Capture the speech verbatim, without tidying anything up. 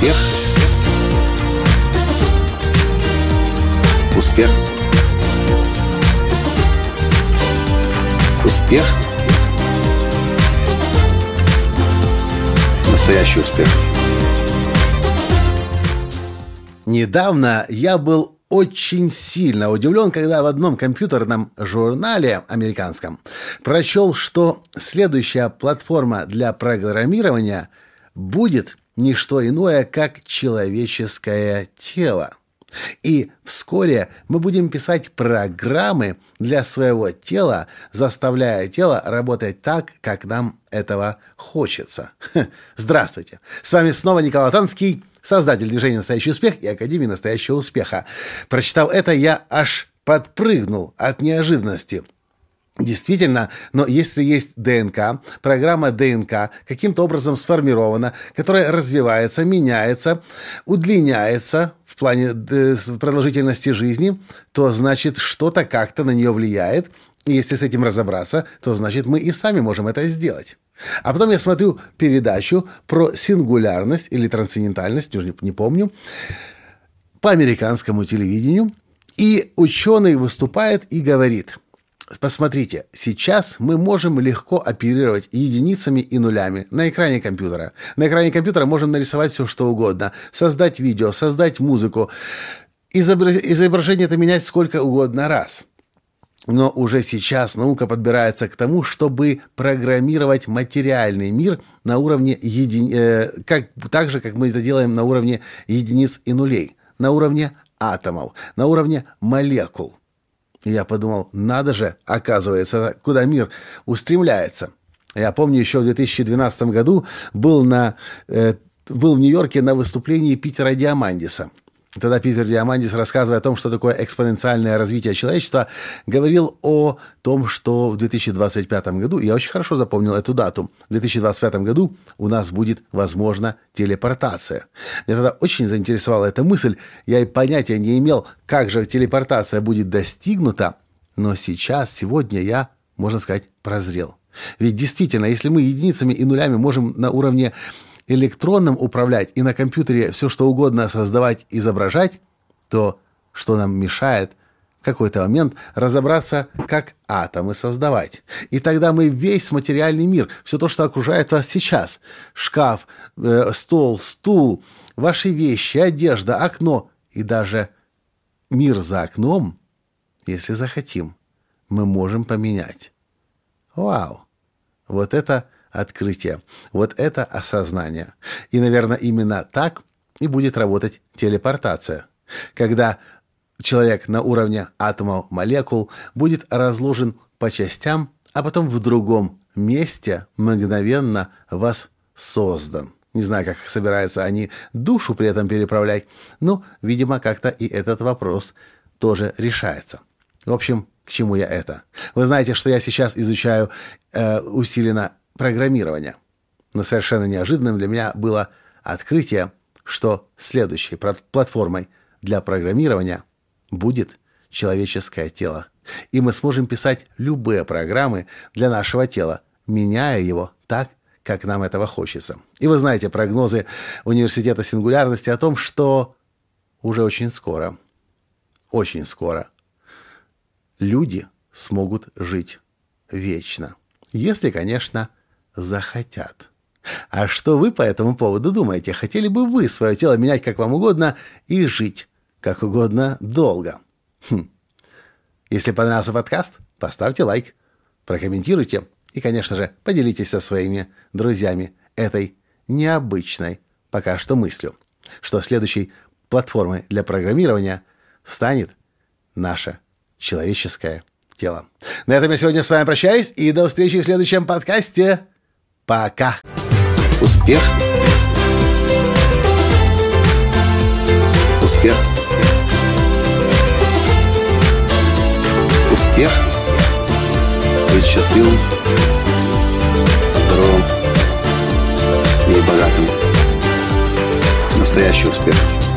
Успех. Успех. Успех. Настоящий успех. Недавно я был очень сильно удивлен, когда в одном компьютерном журнале американском прочел, что следующая платформа для программирования будет не что иное, как человеческое тело. И вскоре мы будем писать программы для своего тела, заставляя тело работать так, как нам этого хочется. Здравствуйте! С вами снова Николай Танский, создатель движения «Настоящий успех» и Академии настоящего успеха. Прочитав это, я аж подпрыгнул от неожиданности. Действительно, но если есть ДНК, программа ДНК каким-то образом сформирована, которая развивается, меняется, удлиняется в плане продолжительности жизни, то значит что-то как-то на нее влияет. И если с этим разобраться, то значит мы и сами можем это сделать. А потом я смотрю передачу про сингулярность или трансцендентальность, уже не помню, по американскому телевидению, и ученый выступает и говорит: посмотрите, сейчас мы можем легко оперировать единицами и нулями на экране компьютера. На экране компьютера можем нарисовать все, что угодно, создать видео, создать музыку, изображение это менять сколько угодно раз. Но уже сейчас наука подбирается к тому, чтобы программировать материальный мир на уровне еди... э, как... так же, как мы это делаем на уровне единиц и нулей, на уровне атомов, на уровне молекул. И я подумал, надо же, оказывается, куда мир устремляется. Я помню, еще в две тысячи двенадцатом году был, на, э, был в Нью-Йорке на выступлении Питера Диамандиса. Тогда Питер Диамандис, рассказывая о том, что такое экспоненциальное развитие человечества, говорил о том, что в две тысячи двадцать пятом году, я очень хорошо запомнил эту дату, в две тысячи двадцать пятом году у нас будет, возможно, телепортация. Меня тогда очень заинтересовала эта мысль, я и понятия не имел, как же телепортация будет достигнута, но сейчас, сегодня я, можно сказать, прозрел. Ведь действительно, если мы единицами и нулями можем на уровне электронным управлять и на компьютере все что угодно создавать, изображать, то что нам мешает в какой-то момент разобраться, как атомы создавать. И тогда мы весь материальный мир, все то, что окружает вас сейчас, шкаф, э, стол, стул, ваши вещи, одежда, окно и даже мир за окном, если захотим, мы можем поменять. Вау! Вот это открытие. Вот это осознание. И, наверное, именно так и будет работать телепортация. Когда человек на уровне атомов, молекул будет разложен по частям, а потом в другом месте мгновенно воссоздан. Не знаю, как собираются они душу при этом переправлять, но, видимо, как-то и этот вопрос тоже решается. В общем, к чему я это? Вы знаете, что я сейчас изучаю э, усиленно программирования. Но совершенно неожиданным для меня было открытие, что следующей платформой для программирования будет человеческое тело. И мы сможем писать любые программы для нашего тела, меняя его так, как нам этого хочется. И вы знаете прогнозы Университета сингулярности о том, что уже очень скоро, очень скоро люди смогут жить вечно. Если, конечно, захотят. А что вы по этому поводу думаете? Хотели бы вы свое тело менять как вам угодно и жить как угодно долго? Хм. Если понравился подкаст, поставьте лайк, прокомментируйте и, конечно же, поделитесь со своими друзьями этой необычной пока что мыслью, что следующей платформой для программирования станет наше человеческое тело. На этом я сегодня с вами прощаюсь и до встречи в следующем подкасте. Пока. Успех. Успех. Успех. Быть счастливым, здоровым и богатым. Настоящий успех.